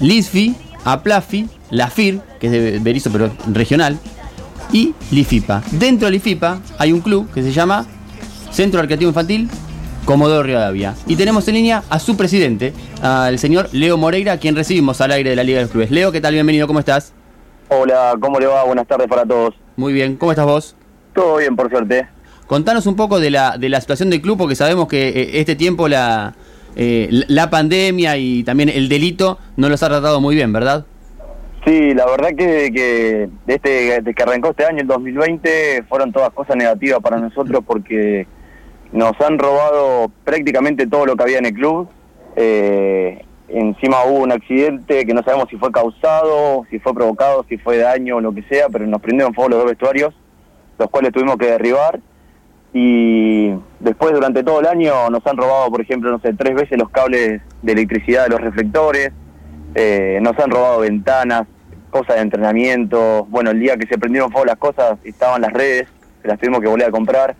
LISFI, APLAFI, la FIR, que es de Berizo pero regional, y LIFIPA. Dentro de LIFIPA hay un club que se llama Centro Recreativo Infantil Comodoro Rivadavia. Y tenemos en línea a su presidente, al señor Leo Moreira, a quien recibimos al aire de la Liga de los Clubes. Leo, ¿qué tal? Bienvenido, ¿cómo estás? Hola, ¿cómo le va? Buenas tardes para todos. Muy bien, ¿cómo estás vos? Todo bien, por suerte. Contanos un poco de la situación del club, porque sabemos que este tiempo la pandemia y también el delito no los ha tratado muy bien, ¿verdad? Sí, la verdad que desde que arrancó este año, el 2020, fueron todas cosas negativas para nosotros porque nos han robado prácticamente todo lo que había en el club. Encima hubo un accidente que no sabemos si fue causado, si fue provocado, si fue daño o lo que sea, pero nos prendieron fuego los dos vestuarios, los cuales tuvimos que derribar. Y después, durante todo el año, nos han robado, por ejemplo, 3 veces los cables de electricidad de los reflectores, nos han robado ventanas, cosas de entrenamiento. Bueno, el día que se prendieron fuego las cosas, estaban las redes, se las tuvimos que volver a comprar.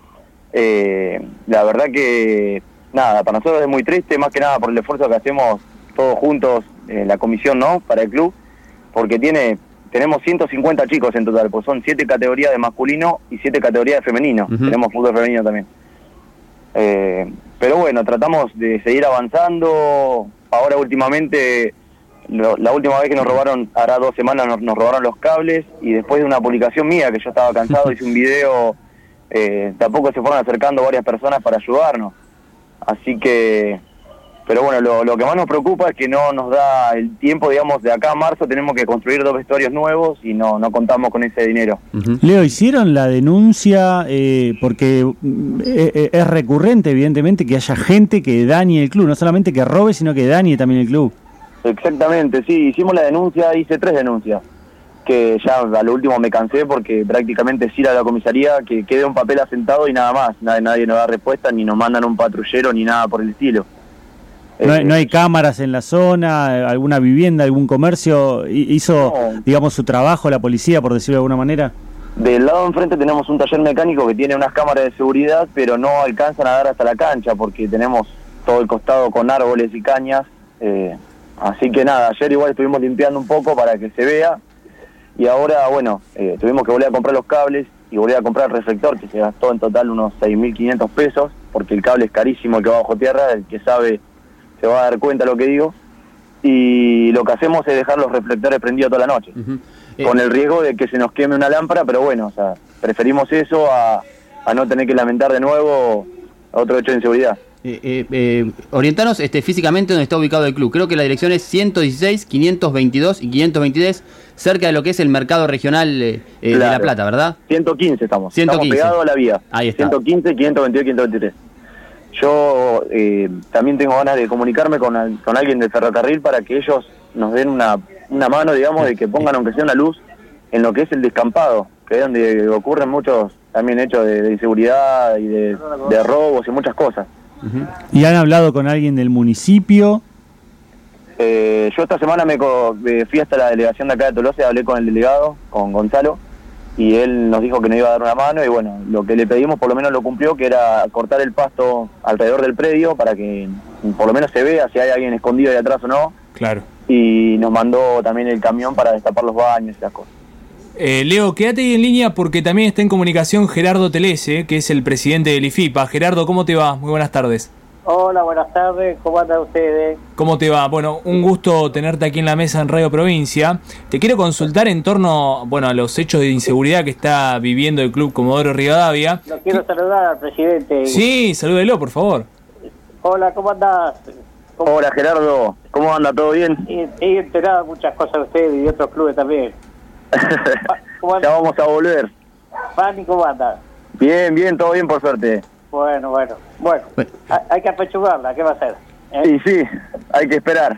La verdad que, nada, para nosotros es muy triste, más que nada por el esfuerzo que hacemos todos juntos, la comisión, ¿no?, para el club, porque tenemos 150 chicos en total, pues son 7 categorías de masculino y 7 categorías de femenino. Uh-huh. Tenemos fútbol femenino también. Pero bueno, tratamos de seguir avanzando. Ahora últimamente, la última vez que nos robaron, hará 2 semanas, nos robaron los cables, y después de una publicación mía, que yo estaba cansado, hice un video, tampoco se fueron acercando varias personas para ayudarnos. Así que... Pero bueno, lo que más nos preocupa es que no nos da el tiempo, digamos, de acá a marzo tenemos que construir 2 vestuarios nuevos y no contamos con ese dinero. Uh-huh. Leo, ¿hicieron la denuncia? Porque es recurrente, evidentemente, que haya gente que dañe el club, no solamente que robe, sino que dañe también el club. Exactamente, sí, hicimos la denuncia, hice 3 denuncias, que ya a lo último me cansé porque prácticamente es ir a la comisaría, que quede un papel asentado y nada más, nadie nos da respuesta, ni nos mandan un patrullero, ni nada por el estilo. No hay cámaras en la zona, alguna vivienda, algún comercio. ¿Hizo, digamos, su trabajo la policía, por decirlo de alguna manera? Del lado de enfrente tenemos un taller mecánico que tiene unas cámaras de seguridad, pero no alcanzan a dar hasta la cancha porque tenemos todo el costado con árboles y cañas. Así que nada, ayer igual estuvimos limpiando un poco para que se vea. Y ahora, bueno, tuvimos que volver a comprar los cables y volver a comprar el reflector, que se gastó en total unos 6.500 pesos, porque el cable es carísimo, el que va bajo tierra, el que sabe se va a dar cuenta lo que digo, y lo que hacemos es dejar los reflectores prendidos toda la noche, uh-huh. Con el riesgo de que se nos queme una lámpara, pero bueno, o sea, preferimos eso a no tener que lamentar de nuevo otro hecho de inseguridad. Orientanos físicamente dónde está ubicado el club. Creo que la dirección es 116, 522 y 522, cerca de lo que es el mercado regional de La Plata, ¿verdad? 115 estamos. 115. Estamos pegados a la vía. Ahí está. 115, 522, 523. Yo también tengo ganas de comunicarme con alguien del ferrocarril para que ellos nos den una mano, digamos, de que pongan aunque sea una luz en lo que es el descampado, que es donde ocurren muchos también hechos de inseguridad y de robos y muchas cosas. Uh-huh. ¿Y han hablado con alguien del municipio? Yo esta semana me fui hasta la delegación de acá de Tolosa y hablé con el delegado, con Gonzalo, y él nos dijo que nos iba a dar una mano, y bueno, lo que le pedimos por lo menos lo cumplió, que era cortar el pasto alrededor del predio para que por lo menos se vea si hay alguien escondido ahí atrás o no. Claro. Y nos mandó también el camión para destapar los baños y esas cosas. Leo, quédate ahí en línea porque también está en comunicación Gerardo Telese, que es el presidente del IFIPA. Gerardo, ¿cómo te va? Muy buenas tardes. Hola, buenas tardes, ¿cómo andan ustedes? ¿Cómo te va? Bueno, un gusto tenerte aquí en la mesa en Radio Provincia. Te quiero consultar en torno, a los hechos de inseguridad que está viviendo el Club Comodoro Rivadavia. Lo quiero saludar al presidente. Sí, salúdelo, por favor. Hola, ¿cómo andás? Hola, Gerardo, ¿cómo anda? ¿Todo bien? He enterado muchas cosas de ustedes y de otros clubes también. Ya vamos a volver. Fanny, ¿cómo andas? Bien, todo bien por suerte. Bueno, hay que apechugarla, ¿qué va a hacer? Sí, hay que esperar.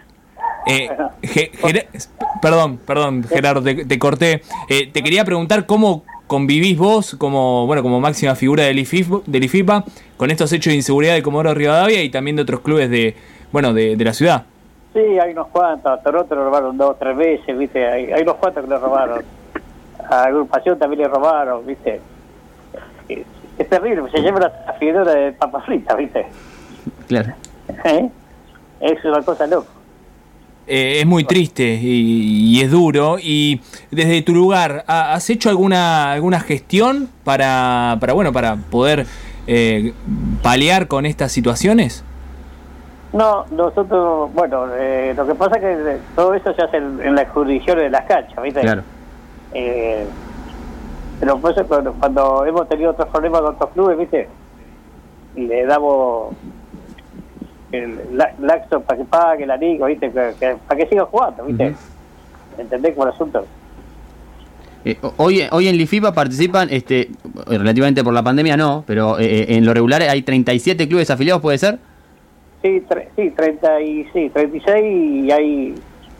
Perdón, Gerardo, te corté. Te quería preguntar cómo convivís vos como máxima figura del IFIPA con estos hechos de inseguridad de Comodoro Rivadavia y también de otros clubes de la ciudad. Sí, hay unos cuantos. A Toronto le robaron 2 o 3 veces, ¿viste? Hay unos cuantos que le robaron. A Agrupación también le robaron, ¿viste? Es terrible, se lleva la figura de papa frita, ¿viste? Claro. Es una cosa loca. es muy triste y es duro. Y desde tu lugar, ¿has hecho alguna gestión para poder paliar con estas situaciones? No, nosotros, bueno, lo que pasa es que todo eso se hace en las jurisdicciones de las canchas, ¿viste? Claro. Pero pues, cuando hemos tenido otros problemas con otros clubes, ¿viste? Le damos el laxo para que pague la liga, ¿viste? Para que siga jugando, ¿viste? ¿Entendés cómo el asunto? Hoy en LIFIPA participan, relativamente por la pandemia no, pero en lo regular hay 37 clubes afiliados, ¿puede ser? Sí, 36 y hay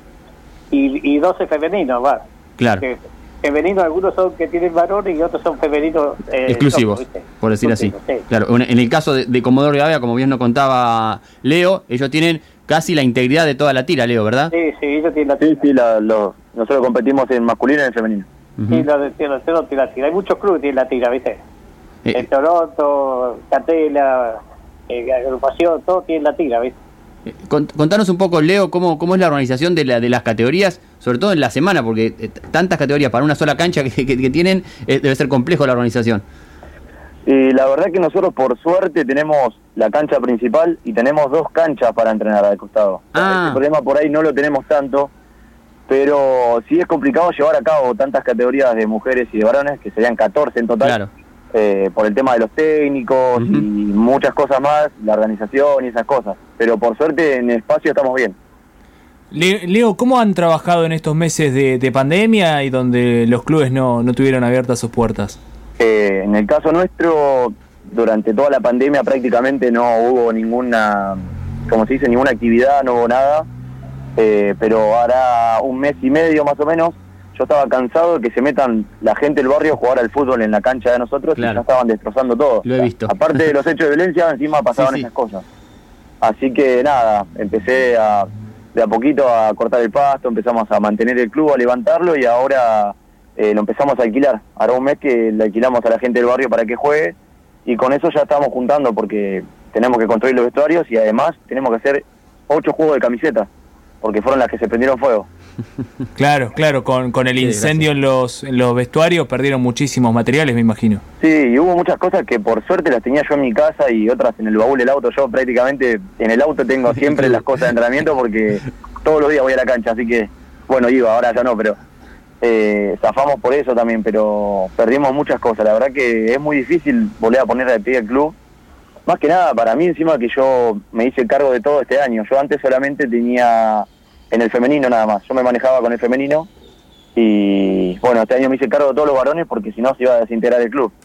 y 12 femeninos, va. Claro. Que femeninos, algunos son que tienen varones y otros son femeninos exclusivos, ¿viste? Por decir Exclusivos, así. sí. Claro, en el caso de Comodoro Rivadavia, como bien nos contaba Leo, ellos tienen casi la integridad de toda la tira, Leo, ¿verdad? Sí, ellos tienen la tira. Sí, nosotros competimos en masculino y en femenino. Sí, los tienen la tira. Hay muchos clubes que tienen la tira, ¿viste? En Toronto, Catela, Agrupación, todos tienen la tira, ¿viste? Contanos un poco, Leo, cómo es la organización de las categorías, sobre todo en la semana, porque tantas categorías para una sola cancha que tienen, debe ser complejo la organización. Y la verdad que nosotros, por suerte, tenemos la cancha principal y tenemos 2 canchas para entrenar al costado. Ah. El problema por ahí no lo tenemos tanto, pero sí es complicado llevar a cabo tantas categorías de mujeres y de varones, que serían 14 en total. Claro. Por el tema de los técnicos y muchas cosas más, la organización y esas cosas. Pero por suerte en espacio estamos bien. Leo, ¿cómo han trabajado en estos meses de pandemia y donde los clubes no tuvieron abiertas sus puertas? En el caso nuestro, durante toda la pandemia prácticamente no hubo ninguna, como se dice, ninguna actividad, no hubo nada. Pero hará un mes y medio más o menos, yo estaba cansado de que se metan la gente del barrio a jugar al fútbol en la cancha de nosotros. Claro. Y ya estaban destrozando todo. Lo he visto. Aparte de los hechos de violencia, encima pasaban esas cosas. Así que nada, empecé de a poquito a cortar el pasto, empezamos a mantener el club, a levantarlo y ahora lo empezamos a alquilar. Hará un mes que le alquilamos a la gente del barrio para que juegue y con eso ya estamos juntando porque tenemos que construir los vestuarios y además tenemos que hacer 8 juegos de camiseta porque fueron las que se prendieron fuego. Claro, con el incendio en los vestuarios perdieron muchísimos materiales, me imagino. Sí, y hubo muchas cosas que por suerte las tenía yo en mi casa y otras en el baúl del auto. Yo prácticamente en el auto tengo siempre las cosas de entrenamiento porque todos los días voy a la cancha, así que, bueno, ahora ya no, pero zafamos por eso también, pero perdimos muchas cosas. La verdad que es muy difícil volver a poner de pie el club. Más que nada, para mí encima que yo me hice cargo de todo este año. Yo antes solamente tenía en el femenino nada más. Yo me manejaba con el femenino y bueno, este año me hice cargo de todos los varones porque si no se iba a desintegrar el club.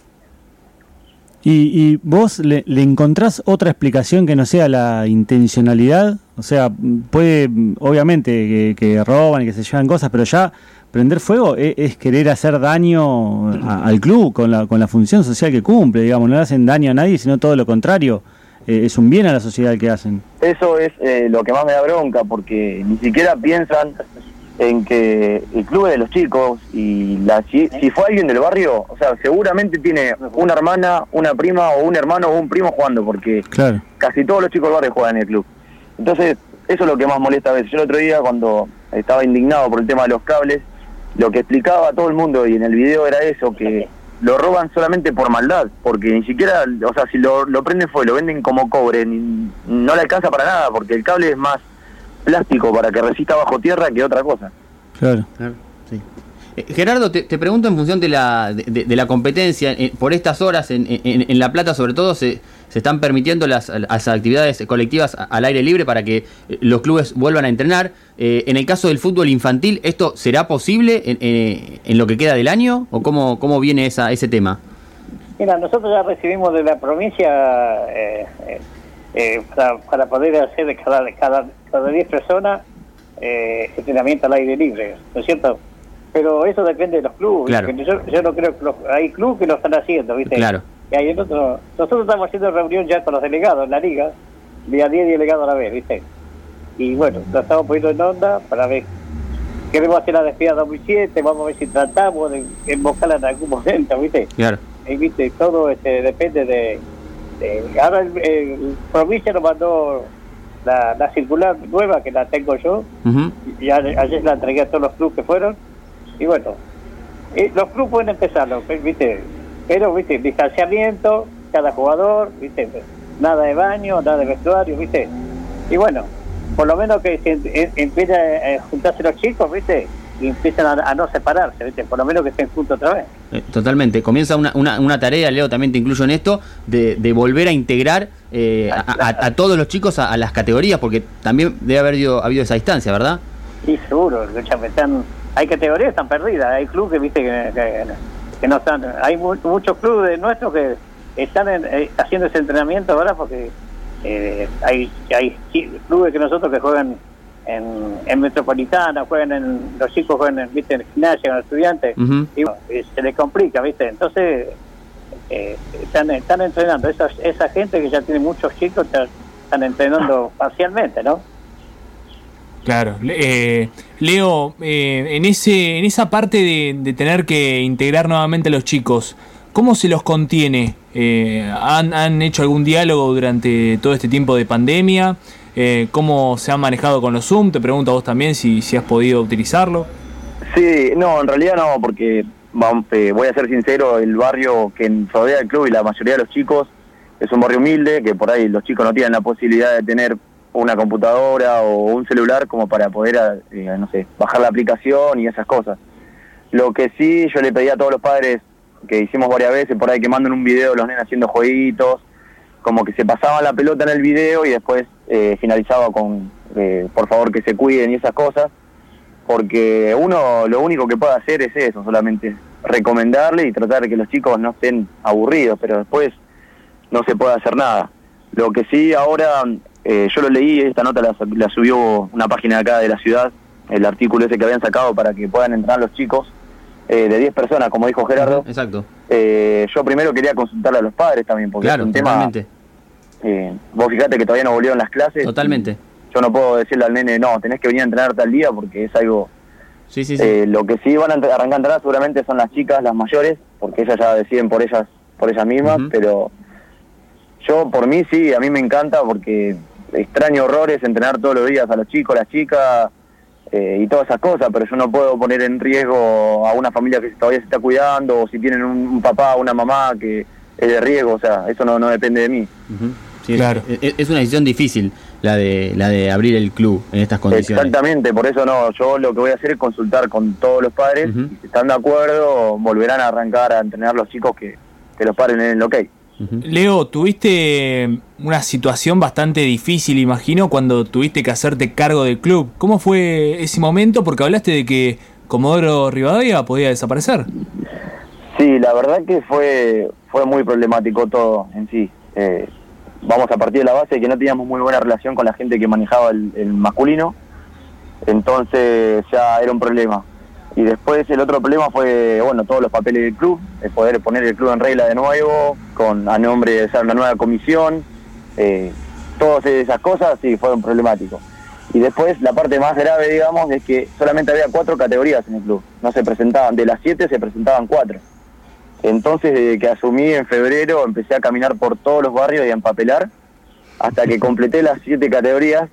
¿Y vos le encontrás otra explicación que no sea la intencionalidad? O sea, puede, obviamente, que roban y que se llevan cosas, pero ya prender fuego es querer hacer daño al club con la función social que cumple, digamos. No le hacen daño a nadie, sino todo lo contrario. Es un bien a la sociedad el que hacen. Eso es lo que más me da bronca, porque ni siquiera piensan en que el club es de los chicos y si fue alguien del barrio, o sea, seguramente tiene una hermana, una prima o un hermano o un primo jugando, porque claro, casi todos los chicos del barrio juegan en el club. Entonces, eso es lo que más molesta a veces. Yo el otro día, cuando estaba indignado por el tema de los cables, lo que explicaba a todo el mundo y en el video era eso, que lo roban solamente por maldad, porque ni siquiera, o sea, si lo prenden fuego, lo venden como cobre, no le alcanza para nada, porque el cable es más plástico para que resista bajo tierra que otra cosa. Claro. Sí. Gerardo, te pregunto en función de la competencia, por estas horas en La Plata sobre todo se están permitiendo las actividades colectivas al aire libre para que los clubes vuelvan a entrenar. En el caso del fútbol infantil, ¿esto será posible en lo que queda del año o cómo viene ese tema? Mira, nosotros ya recibimos de la provincia para poder hacer de cada 10 personas entrenamiento al aire libre, ¿no es cierto? Pero eso depende de los clubes. Claro. Yo no creo que hay clubes que lo están haciendo, ¿viste? Claro. Y hay nosotros estamos haciendo reunión ya con los delegados en la liga, día 10 delegados a la vez, ¿viste? Y bueno, lo estamos poniendo en onda para ver. Queremos hacer la despedida 2007, vamos a ver si tratamos de invocarla en algún momento, ¿viste? Claro. Y viste, todo depende de ahora el provincia nos mandó la circular nueva que la tengo yo, Ujú. y ayer la entregué a todos los clubes que fueron, y bueno, los clubes pueden empezarlo, ¿viste? Pero, ¿viste? Distanciamiento, cada jugador, ¿viste? Nada de baño, nada de vestuario, ¿viste? Y bueno, por lo menos que empiecen a juntarse los chicos, ¿viste? Y empiezan a no separarse, ¿viste? Por lo menos que estén juntos otra vez. Totalmente. Comienza una tarea, Leo, también te incluyo en esto, de volver a integrar a todos los chicos a las categorías, porque también debe haber habido esa distancia, ¿verdad? Sí, seguro. Escúchame, hay categorías que están perdidas, hay clubes que, ¿viste? Que no están. Hay muchos clubes nuestros que están haciendo ese entrenamiento ahora porque hay clubes que nosotros que juegan en Metropolitana, los chicos juegan, ¿viste? En gimnasia, con estudiantes, Uh-huh. y bueno, se les complica, ¿viste? Entonces están entrenando, esa gente que ya tiene muchos chicos están entrenando parcialmente, ¿no? Claro. Leo, en esa parte de tener que integrar nuevamente a los chicos, ¿cómo se los contiene? ¿Han hecho algún diálogo durante todo este tiempo de pandemia? ¿Cómo se han manejado con los Zoom? Te pregunto a vos también si has podido utilizarlo. Sí, no, en realidad no, porque voy a ser sincero, el barrio que rodea el club y la mayoría de los chicos es un barrio humilde, que por ahí los chicos no tienen la posibilidad de tener una computadora o un celular como para poder, no sé, bajar la aplicación y esas cosas. Lo que sí yo le pedí a todos los padres, que hicimos varias veces, por ahí que manden un video de los nenes haciendo jueguitos, como que se pasaban la pelota en el video y después finalizaba con, por favor que se cuiden y esas cosas, porque uno lo único que puede hacer es eso, solamente recomendarle y tratar de que los chicos no estén aburridos, pero después no se puede hacer nada. Lo que sí ahora, yo lo leí, esta nota la subió una página de acá de la ciudad, el artículo ese que habían sacado para que puedan entrenar los chicos, de 10 personas, como dijo Gerardo. Exacto. Yo primero quería consultarle a los padres también, porque Claro, es un totalmente. tema... vos fijate que todavía no volvieron las clases. Totalmente. Yo no puedo decirle al nene, no, tenés que venir a entrenar tal día, porque es algo... Sí, sí, sí. Lo que sí van a arrancar a entrenar seguramente son las chicas, las mayores, porque ellas ya deciden por ellas mismas, Uh-huh. pero yo por mí sí, a mí me encanta porque extraño horrores entrenar todos los días a los chicos, las chicas y todas esas cosas, pero yo no puedo poner en riesgo a una familia que todavía se está cuidando, o si tienen un papá o una mamá que es de riesgo, o sea, eso no depende de mí. Uh-huh. Sí, Claro. Es una decisión difícil la de abrir el club en estas condiciones. Exactamente, por eso no, yo lo que voy a hacer es consultar con todos los padres, Uh-huh. y si están de acuerdo, volverán a arrancar a entrenar los chicos que los padres den el ok. Uh-huh. Leo, tuviste una situación bastante difícil, imagino, cuando tuviste que hacerte cargo del club. ¿Cómo fue ese momento? Porque hablaste de que Comodoro Rivadavia podía desaparecer. Sí, la verdad que fue muy problemático todo en sí. Vamos a partir de la base de que no teníamos muy buena relación con la gente que manejaba el masculino, entonces ya era un problema. Y después el otro problema fue, bueno, todos los papeles del club, poder poner el club en regla de nuevo, a nombre de ser una nueva comisión, todas esas cosas sí fueron problemáticos. Y después la parte más grave, digamos, es que solamente había 4 categorías en el club, no se presentaban, de las 7 se presentaban 4. Entonces, desde que asumí en febrero, empecé a caminar por todos los barrios y a empapelar, hasta que completé las 7 categorías.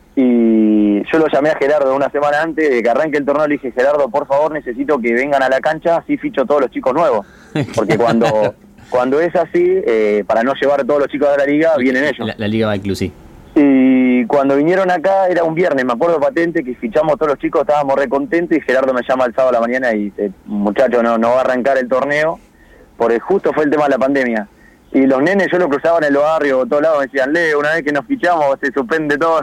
Y yo lo llamé a Gerardo una semana antes de que arranque el torneo, le dije, Gerardo, por favor, necesito que vengan a la cancha, así ficho todos los chicos nuevos. Porque cuando es así, para no llevar a todos los chicos de la liga, vienen ellos. La Liga va a inclusive. Y cuando vinieron acá, era un viernes, me acuerdo patente, que fichamos todos los chicos, estábamos re contentos, y Gerardo me llama el sábado a la mañana y dice, muchacho, no va a arrancar el torneo, porque justo fue el tema de la pandemia. Y los nenes, yo lo cruzaba en el barrio, a todos lados, me decían, Leo, una vez que nos fichamos, se suspende todo.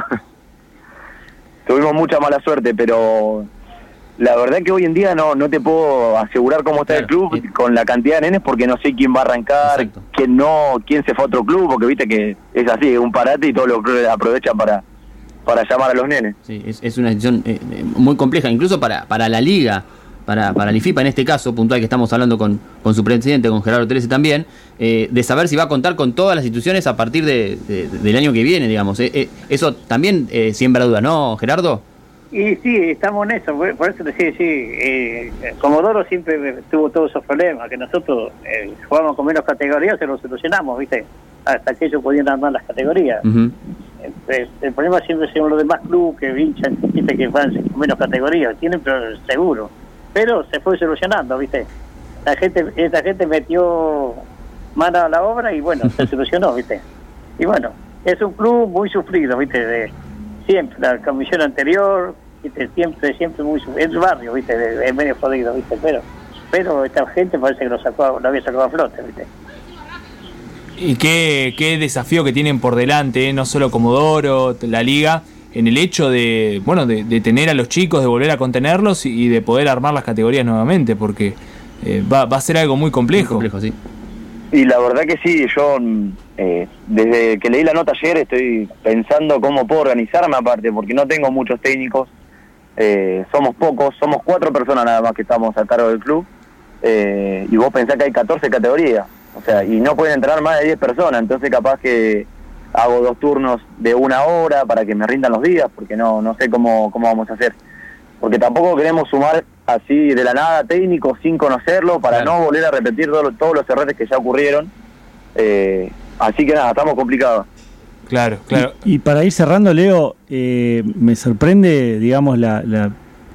Tuvimos mucha mala suerte, pero la verdad que hoy en día no te puedo asegurar cómo está el club con la cantidad de nenes, porque no sé quién va a arrancar, Exacto. quién se fue a otro club, porque viste que es así, es un parate y todos los clubes aprovechan para llamar a los nenes. Sí, es una decisión muy compleja, incluso para la liga, para la IFIPA en este caso, puntual, que estamos hablando con su presidente, con Gerardo Telese también, de saber si va a contar con todas las instituciones a partir del año que viene, digamos. Eso también siembra dudas, ¿no, Gerardo? Y sí, estamos en eso, por eso te decía, sí, Comodoro siempre tuvo todos esos problemas, que nosotros jugábamos con menos categorías, se los solucionamos, ¿viste? Hasta que ellos podían armar las categorías. Uh-huh. el problema siempre son los demás clubes que hinchan, viste, que van con menos categorías, tienen pero seguro. Pero se fue solucionando, viste. Esta gente metió mano a la obra y bueno, se solucionó, viste. Y bueno, es un club muy sufrido, viste, de siempre, la comisión anterior, viste, siempre muy sufrido. El barrio, viste, es medio jodido, viste, pero esta gente parece que lo había sacado a flote, viste. Y qué desafío que tienen por delante, no solo Comodoro, la liga, en el hecho de tener a los chicos, de volver a contenerlos y de poder armar las categorías nuevamente, porque va a ser algo muy complejo. Muy complejo, sí. Y la verdad que sí, yo desde que leí la nota ayer estoy pensando cómo puedo organizarme aparte, porque no tengo muchos técnicos, somos pocos, somos 4 personas nada más que estamos a cargo del club, y vos pensás que hay 14 categorías, o sea, y no pueden entrar más de 10 personas, entonces capaz que hago 2 turnos de 1 hora para que me rindan los días, porque no sé cómo vamos a hacer, porque tampoco queremos sumar así de la nada técnico sin conocerlo para no volver a repetir todos los errores que ya ocurrieron, así que nada, estamos complicados. Claro. Y para ir cerrando, Leo, me sorprende, digamos, el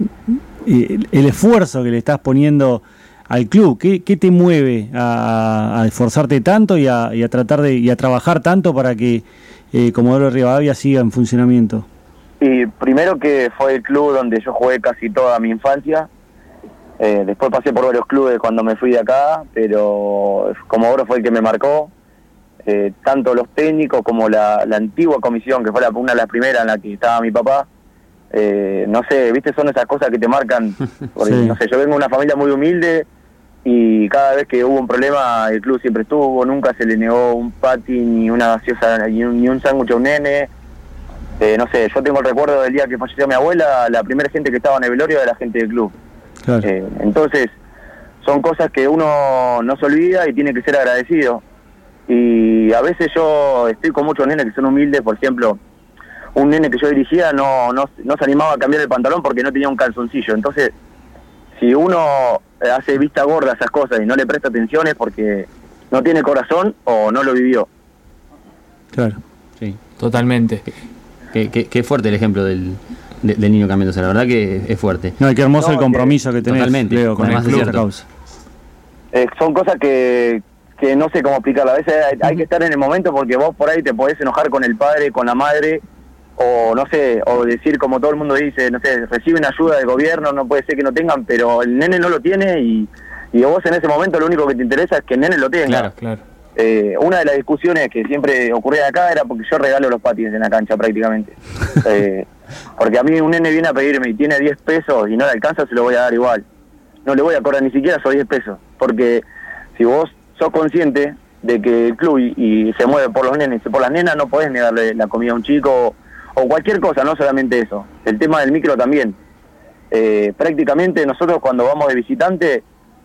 esfuerzo que le estás poniendo al club. ¿Qué te mueve a esforzarte tanto y a tratar y a trabajar tanto para que Comodoro Rivadavia siga en funcionamiento? Y primero que fue el club donde yo jugué casi toda mi infancia. Después pasé por varios clubes cuando me fui de acá, pero Comodoro fue el que me marcó. Tanto los técnicos como la antigua comisión, que fue una de las primeras en la que estaba mi papá. No sé, viste, son esas cosas que te marcan. Porque, Sí. no sé, yo vengo de una familia muy humilde y cada vez que hubo un problema el club siempre estuvo, nunca se le negó un pati, ni una gaseosa, ni un sándwich a un nene. No sé, yo tengo el recuerdo del día que falleció mi abuela, la primera gente que estaba en el velorio era la gente del club. Claro. Entonces, son cosas que uno no se olvida y tiene que ser agradecido. Y a veces yo estoy con muchos nenes que son humildes, por ejemplo, un nene que yo dirigía no se animaba a cambiar el pantalón porque no tenía un calzoncillo. Entonces, si uno hace vista gorda a esas cosas y no le presta atención es porque no tiene corazón o no lo vivió. Claro. Sí. Totalmente. Qué fuerte el ejemplo del niño cambiándose, la verdad que es fuerte. No, y qué hermoso No, el compromiso que tenés, totalmente, Leo, con además el club, es esta cierto. causa. Son cosas que no sé cómo explicarlo. A veces hay que estar en el momento porque vos por ahí te podés enojar con el padre, con la madre, o no sé, o decir como todo el mundo dice, no sé, reciben ayuda del gobierno, no puede ser que no tengan, pero el nene no lo tiene y vos en ese momento lo único que te interesa es que el nene lo tenga. Claro. Una de las discusiones que siempre ocurría acá era porque yo regalo los patines en la cancha prácticamente. Porque a mí un nene viene a pedirme y tiene 10 pesos y no le alcanza, se lo voy a dar igual. No le voy a cobrar ni siquiera esos 10 pesos. Porque si vos sos consciente de que el club y se mueve por los nenes y por las nenas, no podés negarle la comida a un chico o cualquier cosa, no solamente eso. El tema del micro también. Prácticamente nosotros cuando vamos de visitante,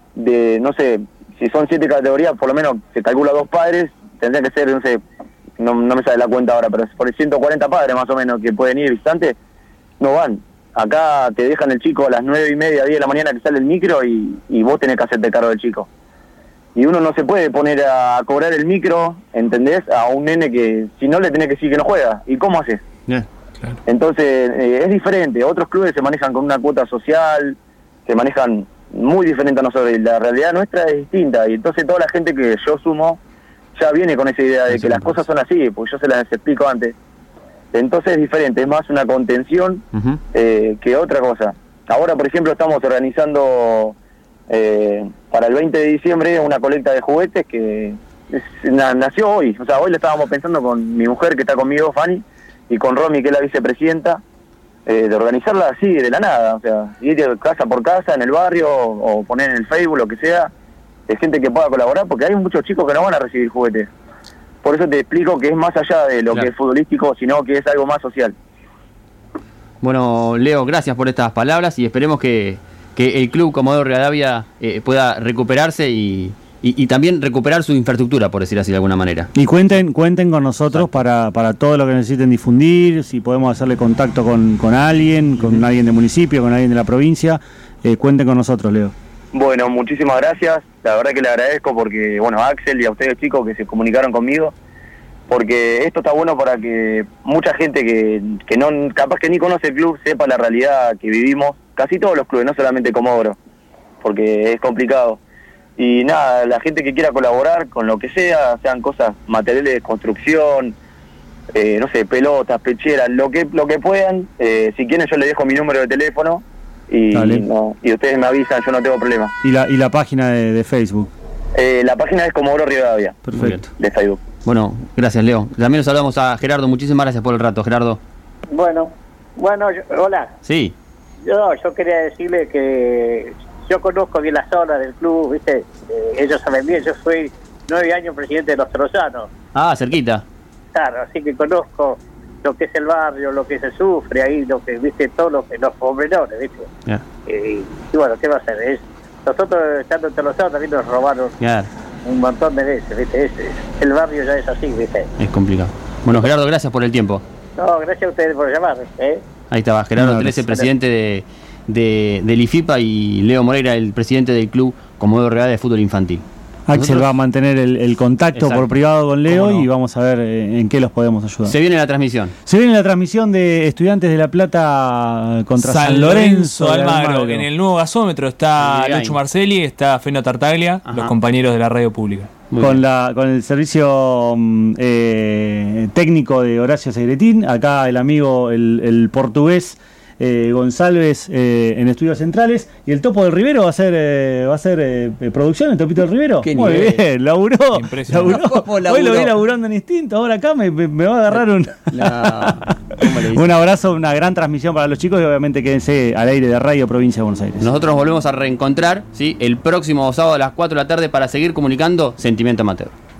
no sé, si son 7 categorías, por lo menos se calcula 2 padres, tendría que ser, no sé, no me sale la cuenta ahora, pero por 140 padres más o menos que pueden ir visitantes, no van. Acá te dejan el chico a las 9:30, 10 de la mañana que sale el micro y vos tenés que hacerte cargo del chico. Y uno no se puede poner a cobrar el micro, ¿entendés? A un nene que si no le tenés que decir que no juega. ¿Y cómo haces? Yeah. Entonces es diferente. Otros clubes se manejan con una cuota social, se manejan muy diferente a nosotros y la realidad nuestra es distinta y entonces toda la gente que yo sumo ya viene con esa idea de que las cosas son así, pues yo se las explico antes. Entonces es diferente, es más una contención que otra cosa. Ahora, por ejemplo, estamos organizando para el 20 de diciembre una colecta de juguetes que nació hoy. O sea, hoy lo estábamos pensando con mi mujer que está conmigo, Fanny, y con Romy, que es la vicepresidenta, de organizarla así, de la nada. O sea, ir casa por casa en el barrio o poner en el Facebook, lo que sea, de gente que pueda colaborar, porque hay muchos chicos que no van a recibir juguetes. Por eso te explico que es más allá de lo que es futbolístico, sino que es algo más social. Bueno, Leo, gracias por estas palabras y esperemos que el club Comodoro Rivadavia pueda recuperarse y también recuperar su infraestructura, por decir así de alguna manera. Y cuenten con nosotros para todo lo que necesiten difundir, si podemos hacerle contacto con alguien, con alguien del municipio, con alguien de la provincia, cuenten con nosotros, Leo. Bueno, muchísimas gracias, la verdad que le agradezco porque, bueno, a Axel y a ustedes chicos que se comunicaron conmigo, porque esto está bueno para que mucha gente que no, capaz que ni conoce el club, sepa la realidad que vivimos, casi todos los clubes, no solamente Comodoro, porque es complicado. Y nada, la gente que quiera colaborar con lo que sea, sean cosas materiales de construcción, no sé, pelotas, pecheras, lo que puedan, si quieren yo les dejo mi número de teléfono y ustedes me avisan, yo no tengo problema. ¿Y la página de Facebook? La página es Comodoro Rivadavia. Perfecto. De Facebook. Bueno, gracias, Leo. También nos saludamos a Gerardo. Muchísimas gracias por el rato, Gerardo. Bueno, hola. Sí. Yo quería decirle que yo conozco bien la zona del club, ¿viste? Ellos saben bien, yo fui 9 años presidente de los Troyanos. Ah, cerquita. Claro, así que conozco lo que es el barrio, lo que se sufre ahí, lo que, ¿viste? Todo lo que los pormenores, ¿viste? Yeah. Y bueno, ¿qué va a hacer? Nosotros, estando entre los también nos robaron un montón de veces, ¿viste? El barrio ya es así, ¿viste? Es complicado. Bueno, Gerardo, gracias por el tiempo. No, gracias a ustedes por llamar, Ahí estaba, Gerardo Teles, el presidente del IFIPA, y Leo Moreira, el presidente del club Comodoro Rivadavia de Fútbol Infantil. Axel va a mantener el contacto por privado con Leo y vamos a ver en qué los podemos ayudar. Se viene la transmisión. Se viene la transmisión de Estudiantes de La Plata contra San Lorenzo de Almagro. En el nuevo gasómetro está Lucho Marcelli, está Feno Tartaglia, los compañeros de la radio pública. Con el servicio técnico de Horacio Segretín, acá el amigo, el portugués González en Estudios Centrales, y el Topo del Rivero va a ser producción, el Topito del Rivero. Muy bien, laburó. Hoy lo vi laburando en Instinto, ahora acá me va a agarrar un abrazo, una gran transmisión para los chicos, y obviamente quédense al aire de Radio Provincia de Buenos Aires. Nosotros nos volvemos a reencontrar, ¿sí?, el próximo sábado a las 4 de la tarde para seguir comunicando Sentimiento Amateur.